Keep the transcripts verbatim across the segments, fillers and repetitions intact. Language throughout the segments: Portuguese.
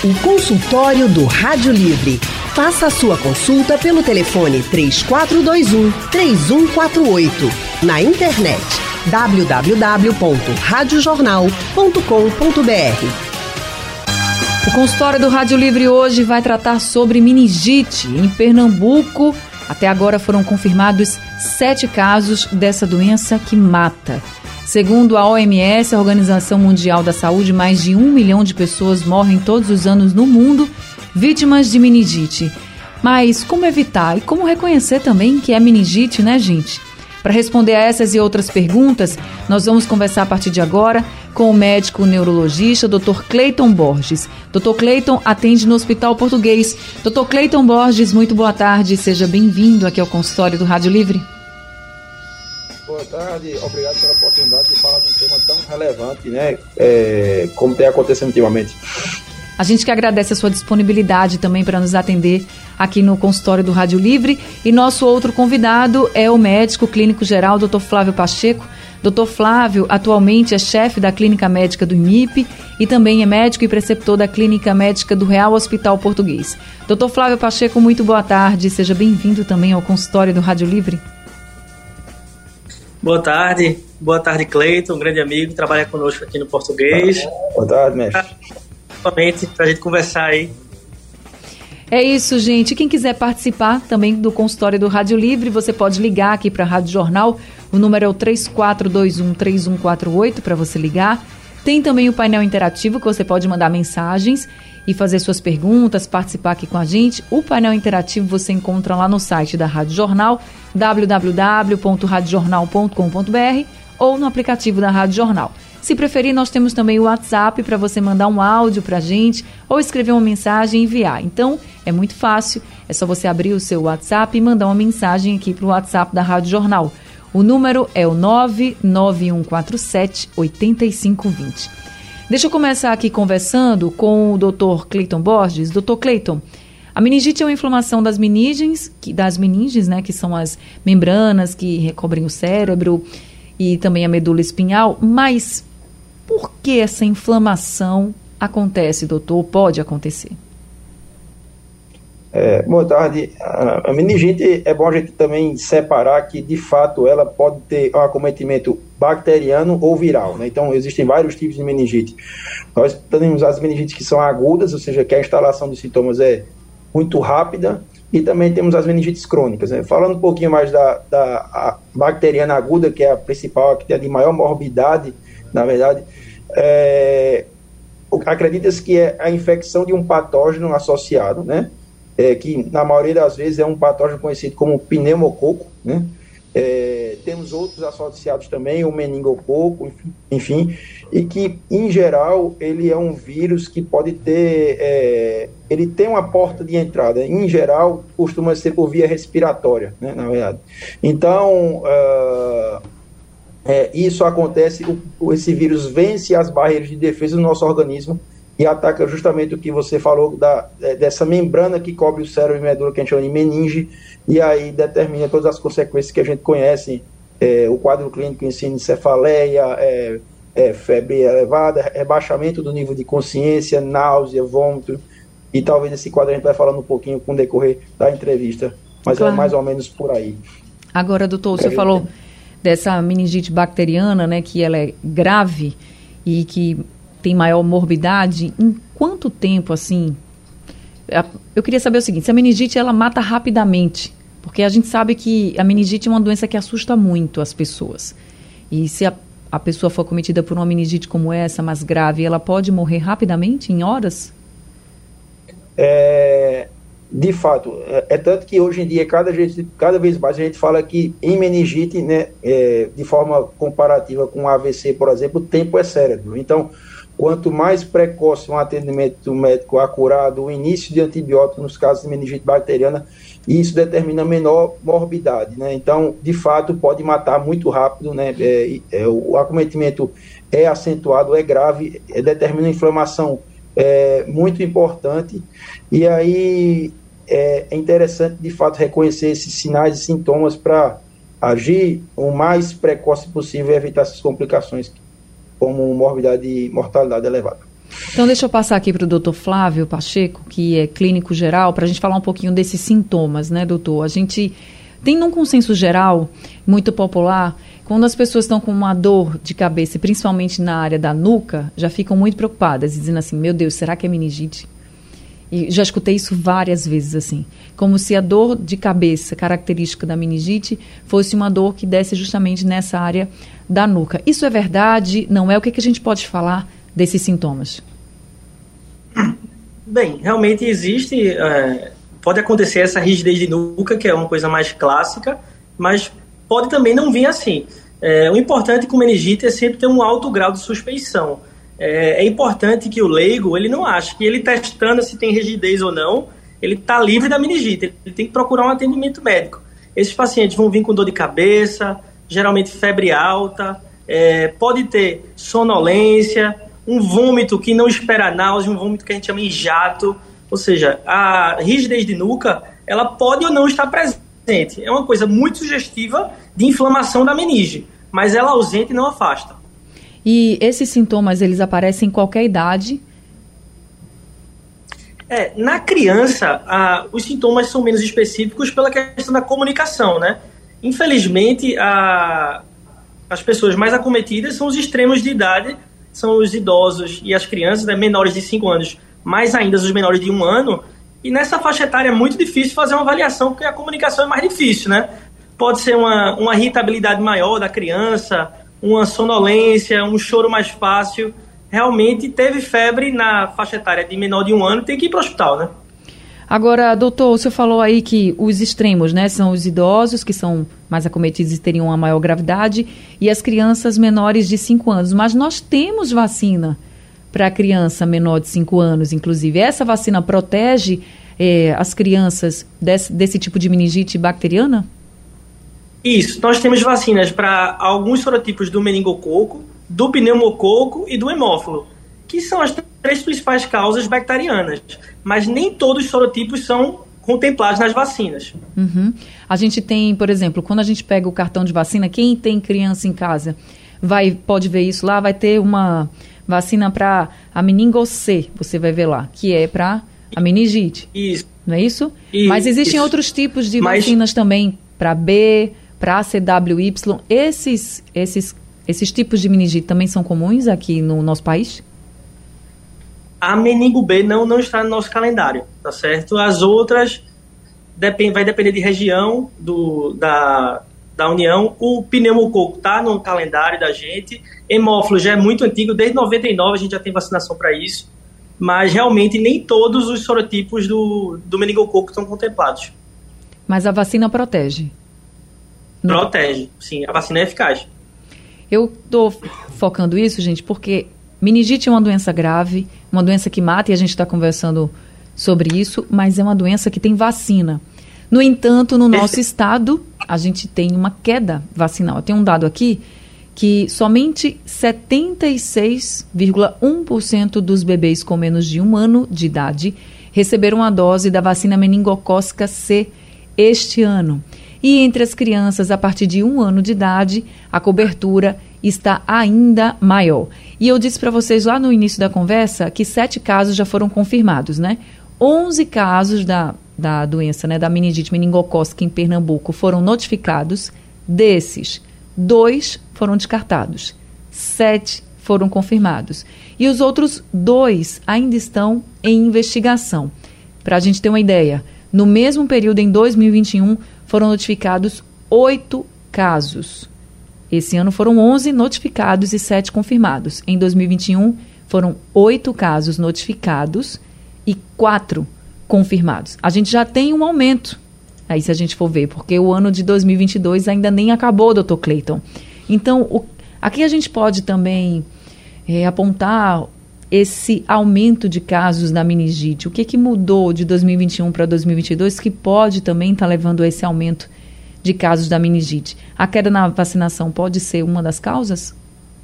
O consultório do Rádio Livre. Faça a sua consulta pelo telefone três quatro dois um, três um quatro oito. Na internet w w w ponto rádio jornal ponto com ponto b r. O consultório do Rádio Livre hoje vai tratar sobre meningite. Em Pernambuco, até agora foram confirmados sete casos dessa doença que mata. Segundo a O M S, a Organização Mundial da Saúde, mais de um milhão de pessoas morrem todos os anos no mundo vítimas de meningite. Mas como evitar e como reconhecer também que é meningite, né, gente? Para responder a essas e outras perguntas, nós vamos conversar a partir de agora com o médico neurologista doutor Cleiton Borges. doutor Cleiton atende no Hospital Português. doutor Cleiton Borges, muito boa tarde. Seja bem-vindo aqui ao consultório do Rádio Livre. Boa tarde, obrigado pela oportunidade de falar de um tema tão relevante, né, é, como tem acontecido ultimamente. A gente que agradece a sua disponibilidade também para nos atender aqui no consultório do Rádio Livre. E nosso outro convidado é o médico clínico geral, doutor Flávio Pacheco. doutor Flávio atualmente é chefe da Clínica Médica do I M I P e também é médico e preceptor da Clínica Médica do Real Hospital Português. doutor Flávio Pacheco, muito boa tarde. Seja bem-vindo também ao consultório do Rádio Livre. Boa tarde, boa tarde, Cleiton, um grande amigo, trabalha conosco aqui no Português. Boa tarde, mestre. Principalmente para a gente conversar aí. É isso, gente. Quem quiser participar também do consultório do Rádio Livre, você pode ligar aqui para a Rádio Jornal. O número é o três quatro dois um, três um quatro oito para você ligar. Tem também o painel interativo que você pode mandar mensagens e fazer suas perguntas, participar aqui com a gente. O painel interativo você encontra lá no site da Rádio Jornal, w w w ponto rádio jornal ponto com ponto b r, ou no aplicativo da Rádio Jornal. Se preferir, nós temos também o WhatsApp para você mandar um áudio para a gente ou escrever uma mensagem e enviar. Então, é muito fácil, é só você abrir o seu WhatsApp e mandar uma mensagem aqui para o WhatsApp da Rádio Jornal. O número é o nove nove um quatro sete, oito cinco dois zero. Deixa eu começar aqui conversando com o doutor Cleiton Borges. doutor Cleiton, a meningite é uma inflamação das meninges, que, das meninges, né, que são as membranas que recobrem o cérebro e também a medula espinhal, mas por que essa inflamação acontece, doutor? Pode acontecer? É, boa tarde. A, a meningite é bom a gente também separar que, de fato, ela pode ter um acometimento bacteriano ou viral, né? Então, existem vários tipos de meningite. Nós temos as meningites que são agudas, ou seja, que a instalação dos sintomas é muito rápida, e também temos as meningites crônicas, né? Falando um pouquinho mais da, da bacteriana aguda, que é a principal, que tem a de maior morbidade, na verdade, é, acredita-se que é a infecção de um patógeno associado, né? É, que na maioria das vezes é um patógeno conhecido como pneumococo, né? É, temos outros associados também, o meningococo, enfim, e que em geral ele é um vírus que pode ter, é, ele tem uma porta de entrada, em geral costuma ser por via respiratória, né, na verdade. Então, uh, é, isso acontece, o, esse vírus vence as barreiras de defesa do nosso organismo e ataca justamente o que você falou da, dessa membrana que cobre o cérebro e medula, que a gente chama de meninge, e aí determina todas as consequências que a gente conhece, é, o quadro clínico em si, cefaleia, é, é, febre elevada, rebaixamento do nível de consciência, náusea, vômito, e talvez esse quadro a gente vai falando um pouquinho com o decorrer da entrevista, mas claro, é mais ou menos por aí. Agora, doutor, você é, falou dessa meningite bacteriana, né, que ela é grave e que tem maior morbidade. Em quanto tempo, assim? Eu queria saber o seguinte, se a meningite ela mata rapidamente, porque a gente sabe que a meningite é uma doença que assusta muito as pessoas. E se a, a pessoa for acometida por uma meningite como essa, mais grave, ela pode morrer rapidamente, em horas? É, de fato, é, é tanto que hoje em dia, cada, cada vez mais a gente fala que em meningite, né, é, de forma comparativa com A V C, por exemplo, o tempo é cérebro. Então, quanto mais precoce um atendimento médico acurado, o início de antibiótico nos casos de meningite bacteriana, isso determina menor morbidade, né? Então, de fato, pode matar muito rápido, né? É, é, o acometimento é acentuado, é grave, é, determina inflamação é, muito importante, e aí é, é interessante, de fato, reconhecer esses sinais e sintomas para agir o mais precoce possível e evitar essas complicações como morbidade e mortalidade elevada. Então, deixa eu passar aqui para o doutor Flávio Pacheco, que é clínico geral, para a gente falar um pouquinho desses sintomas, né, doutor? A gente tem num consenso geral, muito popular, quando as pessoas estão com uma dor de cabeça, principalmente na área da nuca, já ficam muito preocupadas, dizendo assim, meu Deus, será que é meningite? E já escutei isso várias vezes, assim, como se a dor de cabeça característica da meningite fosse uma dor que desse justamente nessa área da nuca. Isso é verdade? Não é? O que, que a gente pode falar desses sintomas? Bem, realmente existe, é, pode acontecer essa rigidez de nuca, que é uma coisa mais clássica, mas pode também não vir assim. É, o importante com meningite é sempre ter um alto grau de suspeição. É, é importante que o leigo, ele não ache que ele testando se tem rigidez ou não, ele está livre da meningite, ele tem que procurar um atendimento médico. Esses pacientes vão vir com dor de cabeça, geralmente febre alta, é, pode ter sonolência, um vômito que não espera náusea, um vômito que a gente chama em jato, ou seja, a rigidez de nuca, ela pode ou não estar presente. É uma coisa muito sugestiva de inflamação da meninge, mas ela ausente não afasta. E esses sintomas, eles aparecem em qualquer idade? É, na criança, a, os sintomas são menos específicos pela questão da comunicação, né? Infelizmente, a, as pessoas mais acometidas são os extremos de idade, são os idosos e as crianças, né, menores de cinco anos, mais ainda os menores de um ano. E nessa faixa etária é muito difícil fazer uma avaliação, porque a comunicação é mais difícil, né? Pode ser uma, uma irritabilidade maior da criança, uma sonolência, um choro mais fácil. Realmente teve febre na faixa etária de menor de um ano, tem que ir para o hospital, né? Agora, doutor, o senhor falou aí que os extremos, né, são os idosos, que são mais acometidos e teriam uma maior gravidade, e as crianças menores de cinco anos. Mas nós temos vacina para criança menor de cinco anos, inclusive. Essa vacina protege eh, as crianças desse, desse tipo de meningite bacteriana? Isso, nós temos vacinas para alguns sorotipos do meningococo, do pneumococo e do hemófilo, que são as três principais causas bacterianas, mas nem todos os sorotipos são contemplados nas vacinas. Uhum. A gente tem, por exemplo, quando a gente pega o cartão de vacina, quem tem criança em casa vai, pode ver isso lá, vai ter uma vacina para a meningo-C, você vai ver lá, que é para a meningite. Isso. Não é isso? isso mas existem isso. outros tipos de mas... vacinas também, para B, para C W Y. Esses, esses, esses tipos de meningite também são comuns aqui no nosso país? A meningo B não, não está no nosso calendário, tá certo? As outras depend, vai depender de região do, da, da União. O pneumococo está no calendário da gente. Hemófilo já é muito antigo, desde noventa e nove a gente já tem vacinação para isso. Mas realmente nem todos os sorotipos do, do meningococo estão contemplados. Mas a vacina protege? Protege, sim. A vacina é eficaz. Eu estou focando isso, gente, porque meningite é uma doença grave, uma doença que mata, e a gente está conversando sobre isso, mas é uma doença que tem vacina. No entanto, no nosso estado, a gente tem uma queda vacinal. Tem um dado aqui que somente setenta e seis vírgula um por cento dos bebês com menos de um ano de idade receberam a dose da vacina meningocócica C este ano. E entre as crianças a partir de um ano de idade, a cobertura está ainda maior. E eu disse para vocês lá no início da conversa que sete casos já foram confirmados, né? onze casos da, da doença, né, da meningite meningocócica em Pernambuco foram notificados. Desses, dois foram descartados. Sete foram confirmados. E os outros dois ainda estão em investigação. Para a gente ter uma ideia, no mesmo período, em dois mil e vinte e um, foram notificados oito casos. Esse ano foram onze notificados e sete confirmados. Em dois mil e vinte e um, foram oito casos notificados e quatro confirmados. A gente já tem um aumento, aí se a gente for ver, porque o ano de dois mil e vinte e dois ainda nem acabou, doutor Cleiton. Então, o, aqui a gente pode também é, apontar esse aumento de casos da meningite. O que, que mudou de dois mil e vinte e um para dois mil e vinte e dois que pode também estar tá levando a esse aumento de casos da meningite? A queda na vacinação pode ser uma das causas?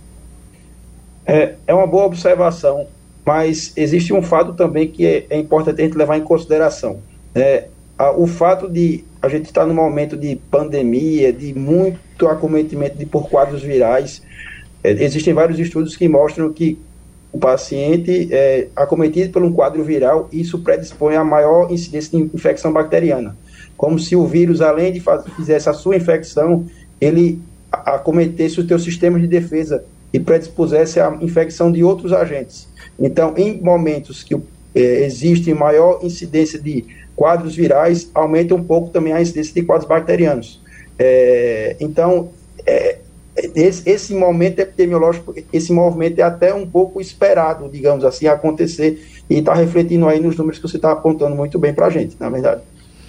É, é uma boa observação, mas existe um fato também que é, é importante a gente levar em consideração. É, a, o fato de a gente estar num momento de pandemia, de muito acometimento de, por quadros virais, é, existem vários estudos que mostram que o paciente é acometido por um quadro viral, isso predispõe a maior incidência de infecção bacteriana. Como se o vírus, além de fazer fizesse a sua infecção, ele acometesse o teu sistema de defesa e predispusesse à infecção de outros agentes. Então, em momentos que é, existe maior incidência de quadros virais, aumenta um pouco também a incidência de quadros bacterianos. É, então, é, esse, esse momento epidemiológico, esse movimento é até um pouco esperado, digamos assim, acontecer, e está refletindo aí nos números que você está apontando muito bem para a gente, na verdade.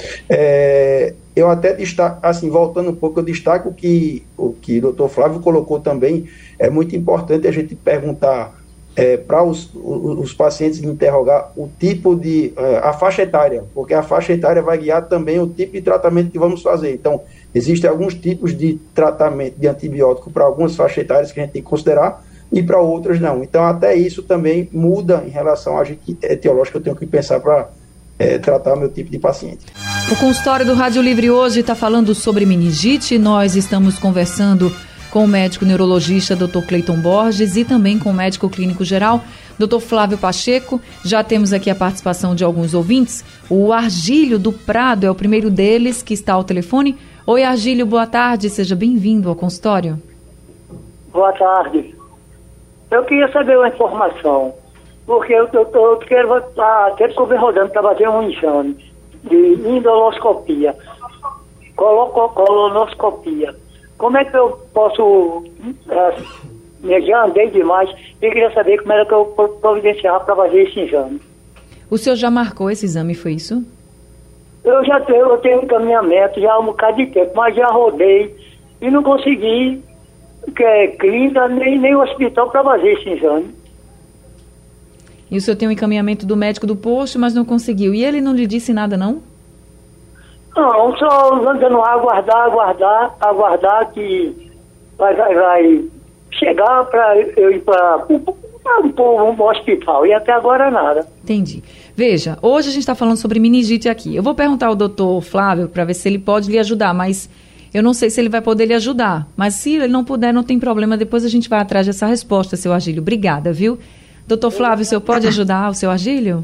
É, eu até destaco, assim, voltando um pouco, eu destaco que o que o doutor Flávio colocou também, é muito importante a gente perguntar é, para os, os, os pacientes interrogar o tipo de, é, a faixa etária, porque a faixa etária vai guiar também o tipo de tratamento que vamos fazer. Então, existem alguns tipos de tratamento de antibiótico para algumas faixas etárias que a gente tem que considerar e para outras não. Então, até isso também muda em relação à agente etiológico que eu tenho que pensar para É, tratar o meu tipo de paciente. O consultório do Rádio Livre hoje está falando sobre meningite. Nós estamos conversando com o médico neurologista doutor Cleiton Borges e também com o médico clínico geral doutor Flávio Pacheco. Já temos aqui a participação de alguns ouvintes. O Argílio do Prado é o primeiro deles que está ao telefone. Oi, Argílio, boa tarde. Seja bem-vindo ao consultório. Boa tarde. Eu queria saber uma informação. Porque eu, eu, eu quero estar rodando para fazer um exame de endoscopia, colonoscopia. Como é que eu posso, é, já andei demais, e queria saber como era que eu providenciava para fazer esse exame. O senhor já marcou esse exame, foi isso? Eu já tenho, eu tenho encaminhamento já há um bocado de tempo, mas já rodei e não consegui que é, clínica nem, nem hospital para fazer esse exame. E o senhor tem um encaminhamento do médico do posto, mas não conseguiu. E ele não lhe disse nada, não? Não, só andando lá, aguardar, aguardar, aguardar que vai, vai, vai chegar para eu ir para um, um hospital. E até agora nada. Entendi. Veja, hoje a gente está falando sobre meningite aqui. Eu vou perguntar ao doutor Flávio para ver se ele pode lhe ajudar, mas eu não sei se ele vai poder lhe ajudar. Mas se ele não puder, não tem problema. Depois a gente vai atrás dessa resposta, seu Argílio. Obrigada, viu? Doutor Flávio, o senhor pode ajudar o seu Argílio?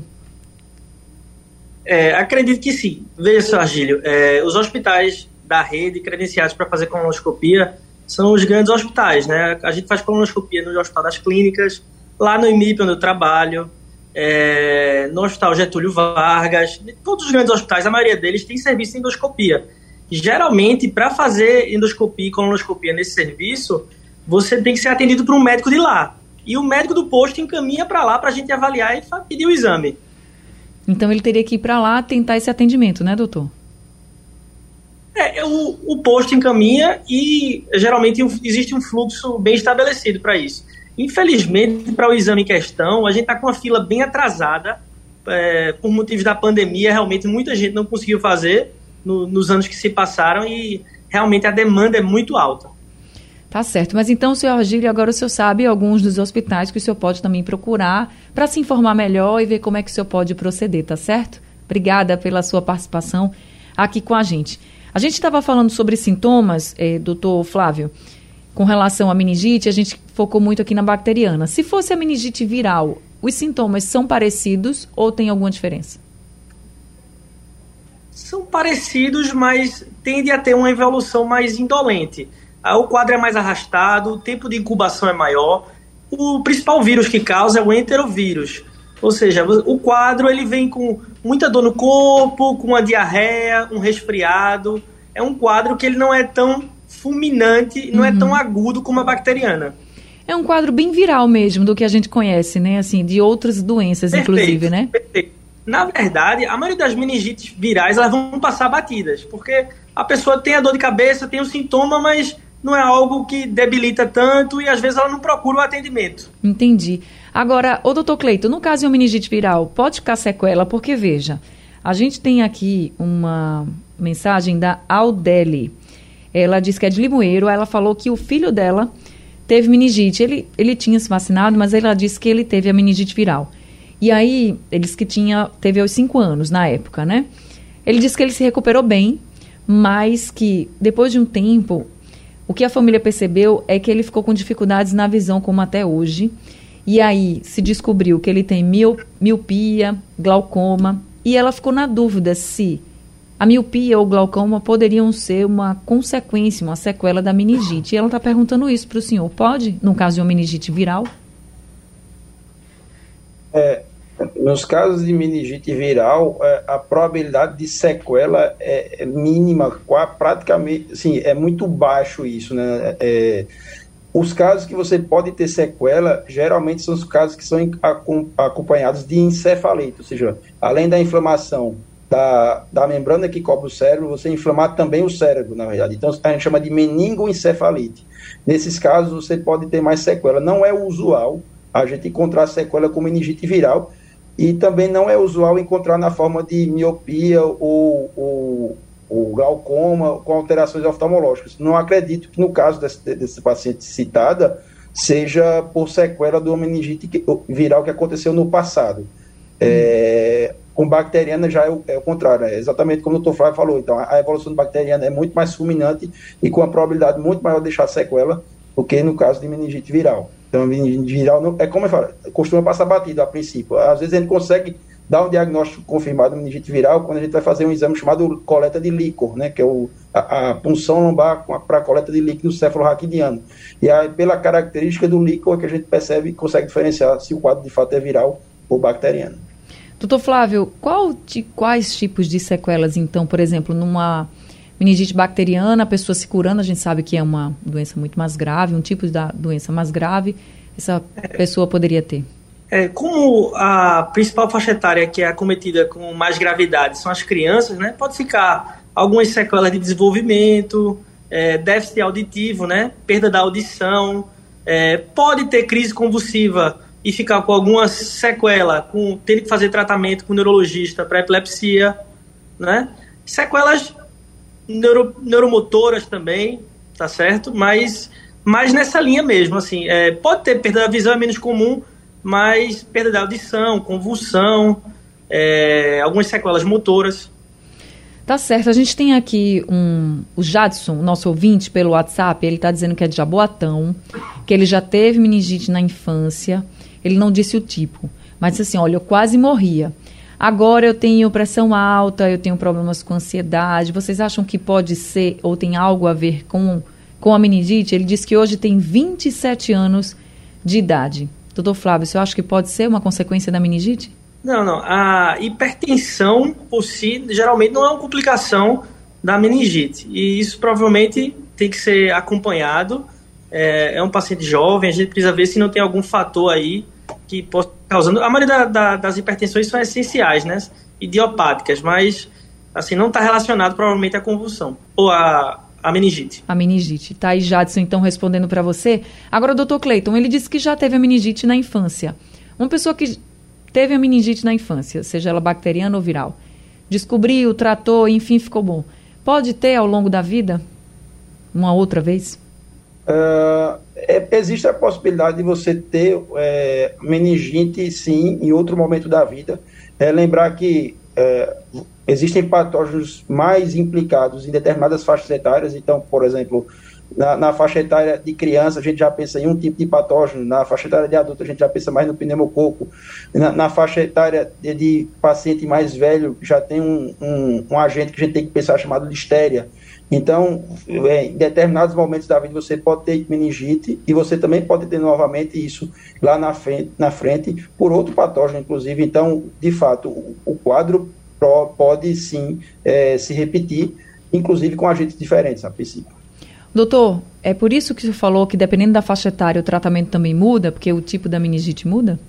É, acredito que sim. Veja, seu Argílio, é, os hospitais da rede credenciados para fazer colonoscopia são os grandes hospitais, né? A gente faz colonoscopia no Hospital das Clínicas, lá no I M I P, onde eu trabalho, é, no Hospital Getúlio Vargas, todos os grandes hospitais, a maioria deles tem serviço de endoscopia. Geralmente, para fazer endoscopia e colonoscopia nesse serviço, você tem que ser atendido por um médico de lá. E o médico do posto encaminha para lá para a gente avaliar e pedir o exame. Então ele teria que ir para lá tentar esse atendimento, né, doutor? É, o, o posto encaminha e geralmente existe um fluxo bem estabelecido para isso. Infelizmente, para o exame em questão, a gente está com uma fila bem atrasada, é, por motivos da pandemia, realmente muita gente não conseguiu fazer no, nos anos que se passaram e realmente a demanda é muito alta. Tá certo, mas então, senhor Argílio, agora o senhor sabe alguns dos hospitais que o senhor pode também procurar para se informar melhor e ver como é que o senhor pode proceder, tá certo? Obrigada pela sua participação aqui com a gente. A gente estava falando sobre sintomas, eh, doutor Flávio, com relação à meningite, a gente focou muito aqui na bacteriana. Se fosse a meningite viral, os sintomas são parecidos ou tem alguma diferença? São parecidos, mas tende a ter uma evolução mais indolente. O quadro é mais arrastado, o tempo de incubação é maior. O principal vírus que causa é o enterovírus. Ou seja, o quadro ele vem com muita dor no corpo, com uma diarreia, um resfriado. É um quadro que ele não é tão fulminante, não uhum. é tão agudo como a bacteriana. É um quadro bem viral mesmo, do que a gente conhece, né? Assim, de outras doenças, perfeito, inclusive, né? Perfeito. Na verdade, a maioria das meningites virais, elas vão passar batidas, porque a pessoa tem a dor de cabeça, tem o sintoma, mas não é algo que debilita tanto e às vezes ela não procura o atendimento. Entendi. Agora, ô doutor Cleiton, no caso de uma meningite viral, pode ficar sequela? Porque, veja, a gente tem aqui uma mensagem da Aldeli. Ela disse que é de Limoeiro, ela falou que o filho dela teve meningite. Ele, ele tinha se vacinado, mas ela disse que ele teve a meningite viral. E aí, ele disse que tinha, teve aos cinco anos na época, né? Ele disse que ele se recuperou bem, mas que depois de um tempo, o que a família percebeu é que ele ficou com dificuldades na visão, como até hoje, e aí se descobriu que ele tem miop, miopia, glaucoma, e ela ficou na dúvida se a miopia ou glaucoma poderiam ser uma consequência, uma sequela da meningite. E ela está perguntando isso para o senhor. Pode, no caso de uma meningite viral? É, nos casos de meningite viral, é, a probabilidade de sequela é, é mínima, praticamente, assim, é muito baixo isso, né? É, os casos que você pode ter sequela, geralmente são os casos que são acompanhados de encefalite, ou seja, além da inflamação Da, da membrana que cobre o cérebro, você inflamar também o cérebro, na verdade. Então, a gente chama de meningoencefalite. Nesses casos, você pode ter mais sequela. Não é usual a gente encontrar sequela com meningite viral e também não é usual encontrar na forma de miopia ou, ou, ou glaucoma com alterações oftalmológicas. Não acredito que no caso desse, desse paciente citada seja por sequela do meningite viral que aconteceu no passado. É... Com bacteriana já é o, é o contrário, é exatamente como o doutor Flávio falou. Então, a, a evolução bacteriana é muito mais fulminante e com a probabilidade muito maior de deixar sequela do que no caso de meningite viral. Então, a meningite viral, não, é como eu falo, costuma passar batido a princípio. Às vezes a gente consegue dar um diagnóstico confirmado de meningite viral quando a gente vai fazer um exame chamado coleta de líquor, né, que é o, a, a punção lombar para a coleta de líquido cefalorraquidiano. E aí, pela característica do líquor, é que a gente percebe e consegue diferenciar se o quadro de fato é viral ou bacteriano. Doutor Flávio, qual, de, quais tipos de sequelas, então, por exemplo, numa meningite bacteriana, a pessoa se curando, a gente sabe que é uma doença muito mais grave, um tipo de doença mais grave, essa pessoa poderia ter? É, como a principal faixa etária que é acometida com mais gravidade são as crianças, né, pode ficar algumas sequelas de desenvolvimento, é, déficit auditivo, né, perda da audição, é, pode ter crise convulsiva e ficar com alguma sequela, com, ter que fazer tratamento com o neurologista para epilepsia, né? Sequelas neuro, neuromotoras também, tá certo? Mas, mas nessa linha mesmo, assim, é, pode ter perda da visão, é menos comum, mas perda da audição, convulsão, é, algumas sequelas motoras. Tá certo, a gente tem aqui um, o Jadson, nosso ouvinte, pelo WhatsApp, ele está dizendo que é de Jaboatão, que ele já teve meningite na infância. Ele não disse o tipo, mas disse assim, olha, eu quase morria. Agora eu tenho pressão alta, eu tenho problemas com ansiedade. Vocês acham que pode ser ou tem algo a ver com, com a meningite? Ele disse que hoje tem vinte e sete anos de idade. Doutor Flávio, você acha que pode ser uma consequência da meningite? Não, não. A hipertensão por si geralmente não é uma complicação da meningite. E isso provavelmente tem que ser acompanhado. É, é um paciente jovem, a gente precisa ver se não tem algum fator aí que possa estar causando. A maioria da, da, das hipertensões são essenciais, né? Idiopáticas, mas assim, não está relacionado provavelmente à convulsão ou à, à meningite. A meningite. Tá aí, Jadson, então, respondendo para você. Agora, o doutor Cleiton, ele disse que já teve a meningite na infância. Uma pessoa que teve a meningite na infância, seja ela bacteriana ou viral, descobriu, tratou, enfim, ficou bom. Pode ter ao longo da vida? Uma outra vez? Uh, é, existe a possibilidade de você ter é, meningite, sim, em outro momento da vida. É, lembrar que é, existem patógenos mais implicados em determinadas faixas etárias. Então, por exemplo, na, na faixa etária de criança, a gente já pensa em um tipo de patógeno. Na faixa etária de adulto, a gente já pensa mais no pneumococo. Na, na faixa etária de, de paciente mais velho, já tem um, um, um agente que a gente tem que pensar chamado listéria. Então, em determinados momentos da vida você pode ter meningite e você também pode ter novamente isso lá na frente, na frente por outro patógeno, inclusive. Então, de fato, o, o quadro pode sim é, se repetir, inclusive com agentes diferentes a princípio. Doutor, é por isso que você falou que dependendo da faixa etária o tratamento também muda, porque o tipo da meningite muda?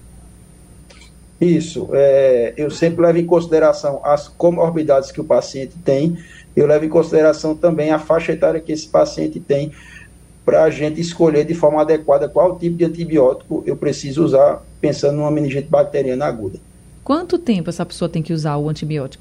Isso, é, eu sempre levo em consideração as comorbidades que o paciente tem, eu levo em consideração também a faixa etária que esse paciente tem, para a gente escolher de forma adequada qual tipo de antibiótico eu preciso usar, pensando numa meningite bacteriana aguda. Quanto tempo essa pessoa tem que usar o antibiótico?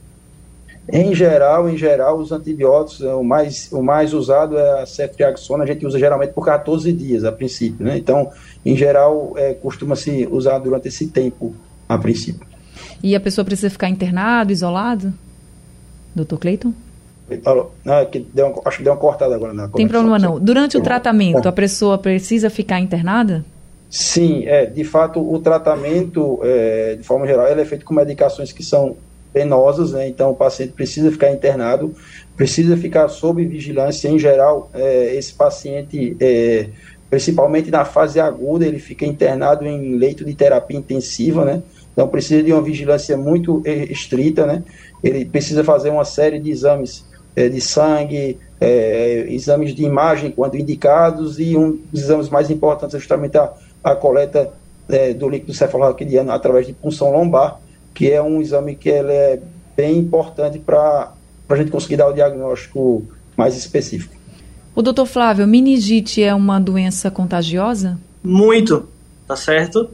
Em geral, em geral, os antibióticos, o mais, o mais usado é a ceftriaxona, a gente usa geralmente por catorze dias, a princípio, né? Então, em geral, é, costuma-se usar durante esse tempo, a princípio. E a pessoa precisa ficar internado, isolado? doutor Cleiton? Não, que deu uma, acho que deu uma cortada agora na conexão. Tem problema não. Durante o tratamento, a pessoa precisa ficar internada? Sim, é, de fato o tratamento, é, de forma geral, ele é feito com medicações que são penosas, né? Então o paciente precisa ficar internado, precisa ficar sob vigilância. Em geral, é, esse paciente, é, principalmente na fase aguda, ele fica internado em leito de terapia intensiva, né? Então precisa de uma vigilância muito estrita, né? Ele precisa fazer uma série de exames é, de sangue, é, exames de imagem quando indicados, e um dos exames mais importantes é justamente a, a coleta é, do líquido cefalorraquidiano através de punção lombar, que é um exame que ele é bem importante para a gente conseguir dar o diagnóstico mais específico. O doutor Flávio, meningite é uma doença contagiosa? Muito, tá certo?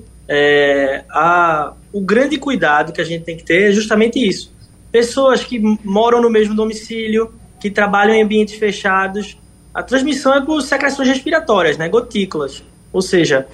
É, a, o grande cuidado que a gente tem que ter é justamente isso. Pessoas que moram no mesmo domicílio, que trabalham em ambientes fechados, a transmissão é por secreções respiratórias, né, gotículas. Ou seja,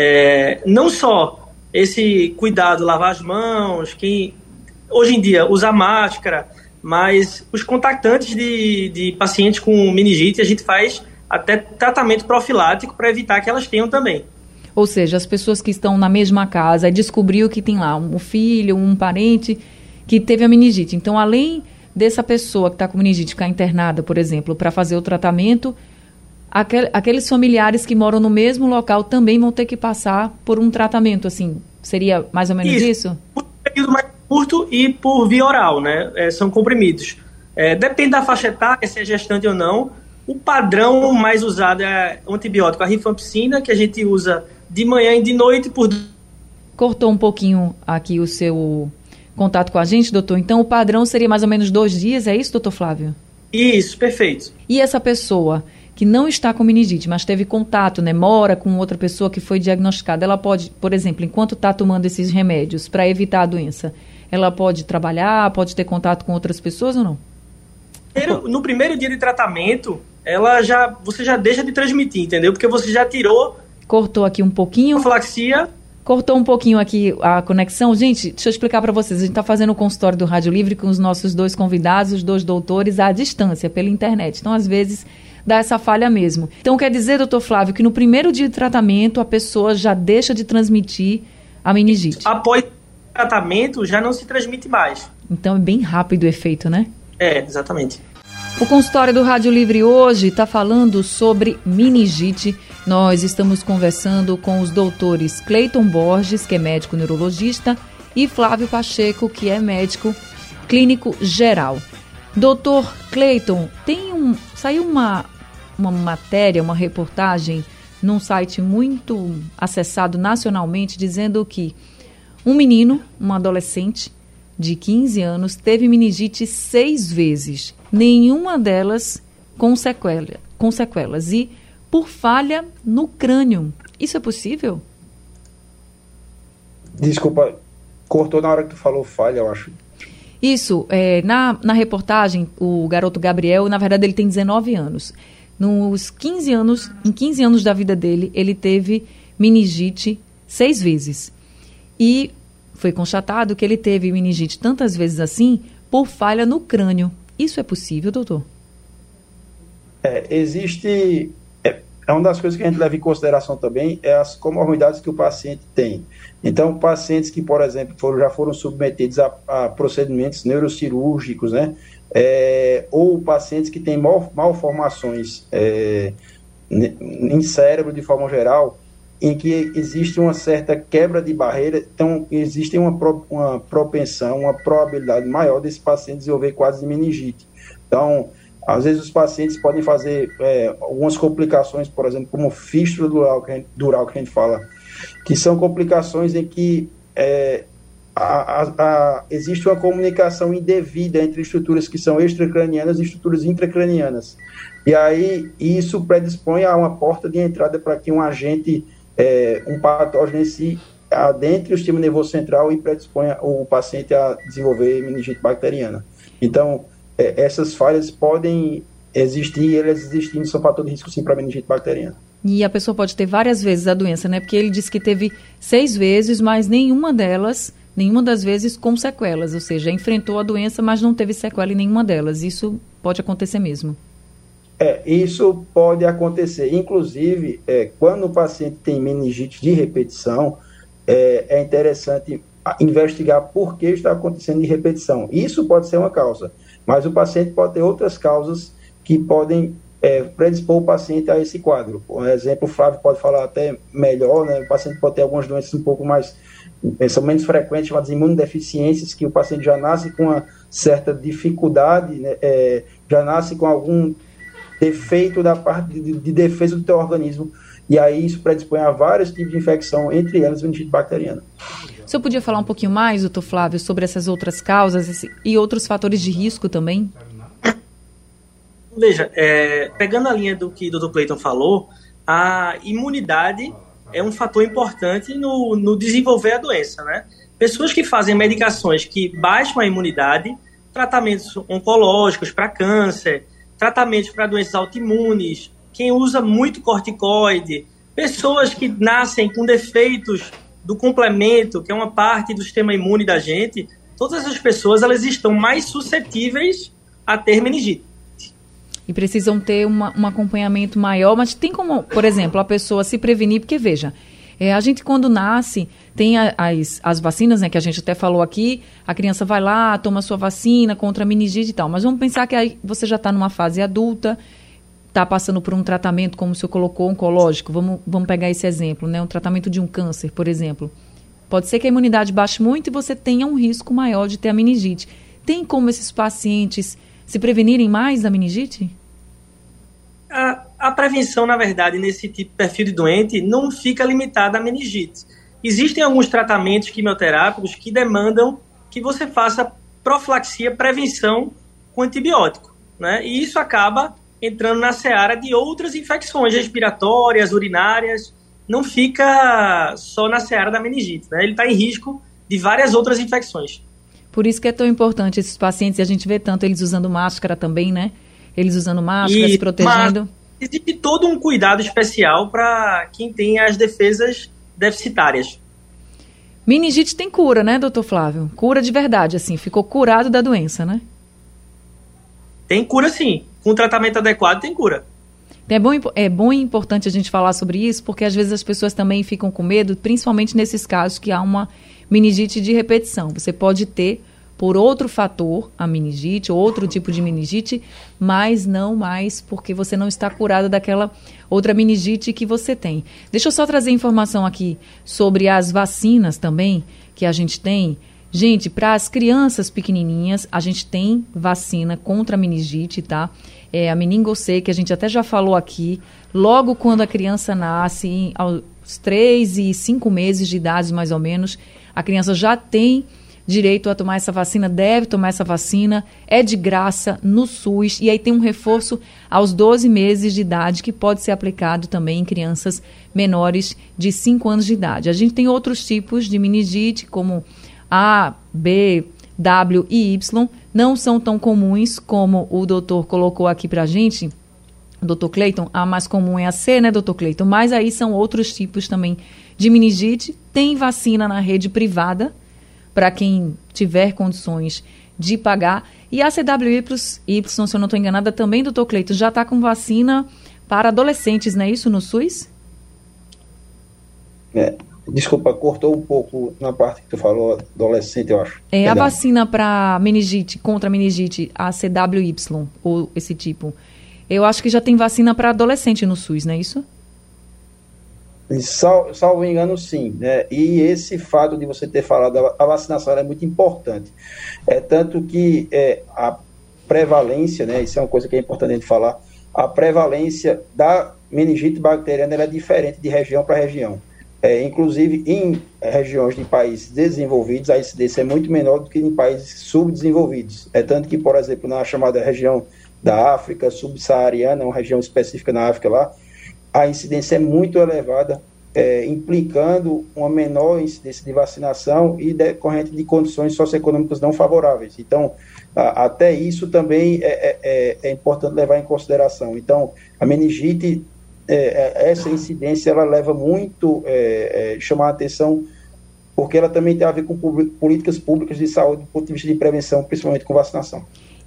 é, não só esse cuidado, lavar as mãos, que hoje em dia usa máscara, mas os contactantes de, de pacientes com meningite, a gente faz até tratamento profilático para evitar que elas tenham também. Ou seja, as pessoas que estão na mesma casa e descobriu que tem lá um filho, um parente que teve a meningite. Então, além dessa pessoa que está com meningite ficar internada, por exemplo, para fazer o tratamento, aquel, aqueles familiares que moram no mesmo local também vão ter que passar por um tratamento, assim, seria mais ou menos isso? isso? Por um período mais curto e por via oral, né? É, são comprimidos. É, depende da faixa etária, se é gestante ou não. O padrão mais usado é o antibiótico, a rifampicina, que a gente usa de manhã e de noite por... Cortou um pouquinho aqui o seu contato com a gente, doutor. Então, o padrão seria mais ou menos dois dias, é isso, doutor Flávio? Isso, perfeito. E essa pessoa que não está com meningite, mas teve contato, né, mora com outra pessoa que foi diagnosticada, ela pode, por exemplo, enquanto está tomando esses remédios para evitar a doença, ela pode trabalhar, pode ter contato com outras pessoas ou não? No primeiro dia de tratamento, ela já, você já deixa de transmitir, entendeu? Porque você já tirou... Cortou aqui um pouquinho. Profilaxia. Cortou um pouquinho aqui a conexão. Gente, deixa eu explicar para vocês. A gente está fazendo o consultório do Rádio Livre com os nossos dois convidados, os dois doutores, à distância, pela internet. Então, às vezes, dá essa falha mesmo. Então, quer dizer, doutor Flávio, que no primeiro dia de tratamento, a pessoa já deixa de transmitir a meningite. Após o tratamento, já não se transmite mais. Então, é bem rápido o efeito, né? É, exatamente. O consultório do Rádio Livre hoje está falando sobre meningite. Nós estamos conversando com os doutores Cleiton Borges, que é médico neurologista, e Flávio Pacheco, que é médico clínico geral. Doutor Cleiton, tem um, saiu uma, uma matéria, uma reportagem num site muito acessado nacionalmente, dizendo que um menino, um adolescente de quinze anos, teve meningite seis vezes. Nenhuma delas com, sequela, com sequelas e por falha no crânio. Isso é possível? Desculpa, cortou na hora que tu falou falha, eu acho. Isso, é, na, na reportagem, o garoto Gabriel, na verdade, ele tem dezenove anos. Nos quinze anos, em quinze anos da vida dele, ele teve meningite seis vezes. E foi constatado que ele teve meningite tantas vezes assim por falha no crânio. Isso é possível, doutor? É, existe... É, é uma das coisas que a gente leva em consideração também, é as comorbidades que o paciente tem. Então, pacientes que, por exemplo, foram, já foram submetidos a, a procedimentos neurocirúrgicos, né? É, ou pacientes que têm mal, malformações é, em cérebro, de forma geral, em que existe uma certa quebra de barreira, então existe uma, pro, uma propensão, uma probabilidade maior desse paciente desenvolver quadros de meningite. Então, às vezes os pacientes podem fazer é, algumas complicações, por exemplo, como fístula dural que, a gente, dural, que a gente fala, que são complicações em que é, a, a, a, existe uma comunicação indevida entre estruturas que são extracranianas e estruturas intracranianas. E aí isso predispõe a uma porta de entrada para que um agente... É, um patógeno em si adentre o sistema nervoso central e predisponha o paciente a desenvolver meningite bacteriana. Então, é, essas falhas podem existir e elas existindo são fator de risco sim para meningite bacteriana. E a pessoa pode ter várias vezes a doença, né? Porque ele disse que teve seis vezes, mas nenhuma delas, nenhuma das vezes com sequelas, ou seja, enfrentou a doença, mas não teve sequela em nenhuma delas. Isso pode acontecer mesmo. É, isso pode acontecer. Inclusive, é, quando o paciente tem meningite de repetição, é, é interessante investigar por que está acontecendo de repetição. Isso pode ser uma causa, mas o paciente pode ter outras causas que podem é, predispor o paciente a esse quadro. Por exemplo, o Flávio pode falar até melhor, né? O paciente pode ter algumas doenças um pouco mais, são menos frequentes, chamadas imunodeficiências, que o paciente já nasce com uma certa dificuldade, né? é, já nasce com algum defeito da parte de, de defesa do teu organismo, e aí isso predispõe a vários tipos de infecção, entre elas meningite bacteriana. O senhor podia falar um pouquinho mais, doutor Flávio, sobre essas outras causas esse, e outros fatores de risco também? Veja, é, pegando a linha do que o doutor Cleiton falou, a imunidade é um fator importante no, no desenvolver a doença, né? Pessoas que fazem medicações que baixam a imunidade, tratamentos oncológicos para câncer, tratamentos para doenças autoimunes, quem usa muito corticoide, pessoas que nascem com defeitos do complemento, que é uma parte do sistema imune da gente, todas essas pessoas elas estão mais suscetíveis a ter meningite. E precisam ter uma, um acompanhamento maior, mas tem como, por exemplo, a pessoa se prevenir, porque veja, é, a gente quando nasce, tem a, as, as vacinas, né, que a gente até falou aqui, a criança vai lá, toma sua vacina contra a meningite e tal, mas vamos pensar que aí você já está numa fase adulta, está passando por um tratamento, como o senhor colocou, oncológico, vamos, vamos pegar esse exemplo, né, um tratamento de um câncer, por exemplo. Pode ser que a imunidade baixe muito e você tenha um risco maior de ter a meningite. Tem como esses pacientes se prevenirem mais da meningite? A, a prevenção, na verdade, nesse tipo de perfil de doente, não fica limitada à meningite. Existem alguns tratamentos quimioterápicos que demandam que você faça profilaxia, prevenção com antibiótico, né? E isso acaba entrando na seara de outras infecções respiratórias, urinárias, não fica só na seara da meningite, né? Ele está em risco de várias outras infecções. Por isso que é tão importante esses pacientes, e a gente vê tanto eles usando máscara também, né? Eles usando máscara, e, se protegendo. Existe todo um cuidado especial para quem tem as defesas deficitárias. Meningite tem cura, né, doutor Flávio? Cura de verdade, assim, ficou curado da doença, né? Tem cura, sim. Com tratamento adequado, tem cura. É bom, é bom e importante a gente falar sobre isso, porque às vezes as pessoas também ficam com medo, principalmente nesses casos que há uma meningite de repetição. Você pode ter, por outro fator, a meningite, outro tipo de meningite, mas não mais porque você não está curado daquela outra meningite que você tem. Deixa eu só trazer informação aqui sobre as vacinas também que a gente tem. Gente, para as crianças pequenininhas, a gente tem vacina contra a meningite, tá? É a meningocê, que a gente até já falou aqui, logo quando a criança nasce, aos três e cinco meses de idade, mais ou menos, a criança já tem direito a tomar essa vacina, deve tomar essa vacina, é de graça no SUS, e aí tem um reforço aos doze meses de idade, que pode ser aplicado também em crianças menores de cinco anos de idade. A gente tem outros tipos de meningite, como A, B, W e Y, não são tão comuns como o doutor colocou aqui pra gente, o doutor Cleiton. A mais comum é a C, né, doutor Cleiton? Mas aí são outros tipos também de meningite. Tem vacina na rede privada, para quem tiver condições de pagar. E a C W Y, se eu não estou enganada, também, doutor Cleiton, já está com vacina para adolescentes, não é isso, no SUS? É, desculpa, cortou um pouco na parte que tu falou, adolescente, eu acho. É, a vacina para meningite, contra a meningite, a C W Y, ou esse tipo, eu acho que já tem vacina para adolescente no SUS, não é isso? Sal, salvo engano, sim, né? E esse fato de você ter falado, a vacinação é muito importante. É tanto que é, a prevalência, né? Isso é uma coisa que é importante a gente falar. A prevalência da meningite bacteriana ela é diferente de região para região. É, inclusive, em regiões de países desenvolvidos, a incidência é muito menor do que em países subdesenvolvidos. É tanto que, por exemplo, na chamada região da África subsaariana, uma região específica na África lá, a incidência é muito elevada, é, implicando uma menor incidência de vacinação e decorrente de condições socioeconômicas não favoráveis. Então, a, até isso também é, é, é importante levar em consideração. Então, a meningite, é, essa incidência, ela leva muito, é, é, chamar a atenção, porque ela também tem a ver com políticas públicas de saúde, do ponto de vista de prevenção, principalmente com vacinação.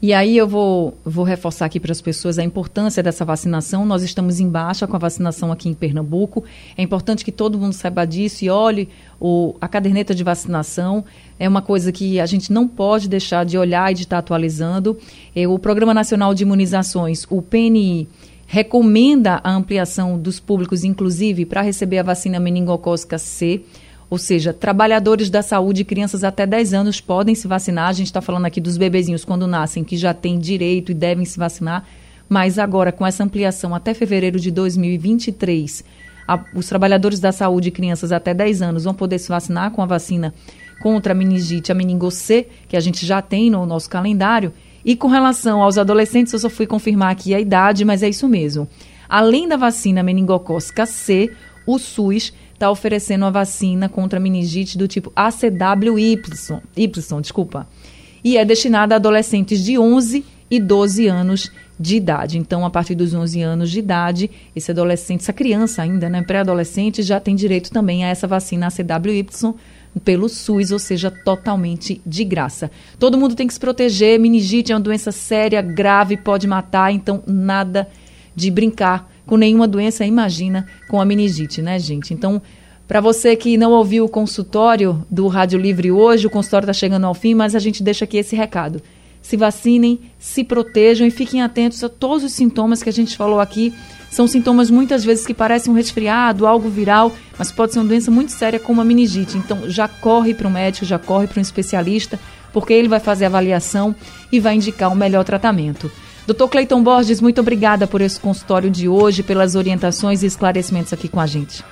E aí eu vou, vou reforçar aqui para as pessoas a importância dessa vacinação. Nós estamos em baixa com a vacinação aqui em Pernambuco. É importante que todo mundo saiba disso e olhe o, a caderneta de vacinação. É uma coisa que a gente não pode deixar de olhar e de estar atualizando. É, o Programa Nacional de Imunizações, o P N I, recomenda a ampliação dos públicos, inclusive, para receber a vacina meningocócica C. Ou seja, trabalhadores da saúde e crianças até dez anos podem se vacinar. A gente está falando aqui dos bebezinhos quando nascem, que já têm direito e devem se vacinar. Mas agora, com essa ampliação até fevereiro de dois mil e vinte e três, a, os trabalhadores da saúde e crianças até dez anos vão poder se vacinar com a vacina contra a meningite, a meningo C, que a gente já tem no nosso calendário. E com relação aos adolescentes, eu só fui confirmar aqui a idade, mas é isso mesmo. Além da vacina meningocócica C, o SUS está oferecendo a vacina contra a meningite do tipo A C W Y, Y, desculpa, e é destinada a adolescentes de onze e doze anos de idade. Então, a partir dos onze anos de idade, esse adolescente, essa criança ainda, né, pré-adolescente, já tem direito também a essa vacina A C W Y pelo SUS, ou seja, totalmente de graça. Todo mundo tem que se proteger. Meningite é uma doença séria, grave, pode matar, então nada de brincar com nenhuma doença, imagina com a meningite, né, gente? Então, para você que não ouviu o consultório do Rádio Livre hoje, o consultório está chegando ao fim, mas a gente deixa aqui esse recado. Se vacinem, se protejam e fiquem atentos a todos os sintomas que a gente falou aqui. São sintomas muitas vezes que parecem um resfriado, algo viral, mas pode ser uma doença muito séria como a meningite. Então, já corre para um médico, já corre para um especialista, porque ele vai fazer a avaliação e vai indicar o melhor tratamento. doutor Cleiton Borges, muito obrigada por esse consultório de hoje, pelas orientações e esclarecimentos aqui com a gente.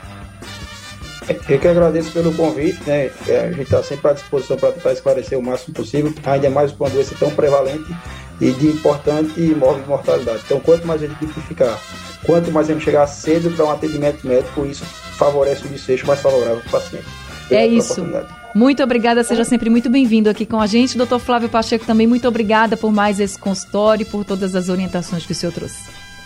Eu que agradeço pelo convite, né? A gente está sempre à disposição para tentar esclarecer o máximo possível, ainda mais com uma doença tão prevalente e de importante mortalidade. Então, quanto mais a gente identificar, quanto mais a gente chegar cedo para um atendimento médico, isso favorece o desfecho mais favorável para o paciente. É isso. Muito obrigada, seja sempre muito bem-vindo aqui com a gente. doutor Flávio Pacheco, também muito obrigada por mais esse consultório e por todas as orientações que o senhor trouxe.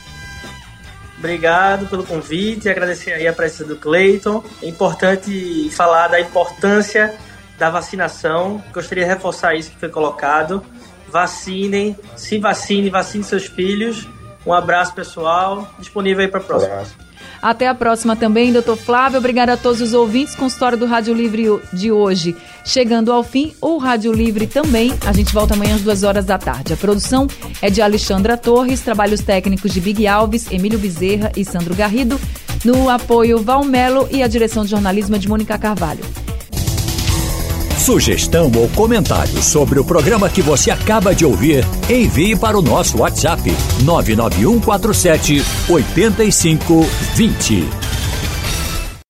Obrigado pelo convite e agradecer aí a presença do Cleiton. É importante falar da importância da vacinação. Gostaria de reforçar isso que foi colocado. Vacinem, se vacine, vacine seus filhos. Um abraço, pessoal. Disponível aí para a próxima. Um abraço. Até a próxima também, doutor Flávio. Obrigada a todos os ouvintes. Consultório do Rádio Livre de hoje chegando ao fim. O Rádio Livre também. A gente volta amanhã às duas horas da tarde. A produção é de Alexandra Torres, trabalhos técnicos de Big Alves, Emílio Bezerra e Sandro Garrido. No apoio, Valmelo, e a direção de jornalismo é de Mônica Carvalho. Sugestão ou comentário sobre o programa que você acaba de ouvir, envie para o nosso WhatsApp nove nove um quatro sete oito cinco dois zero.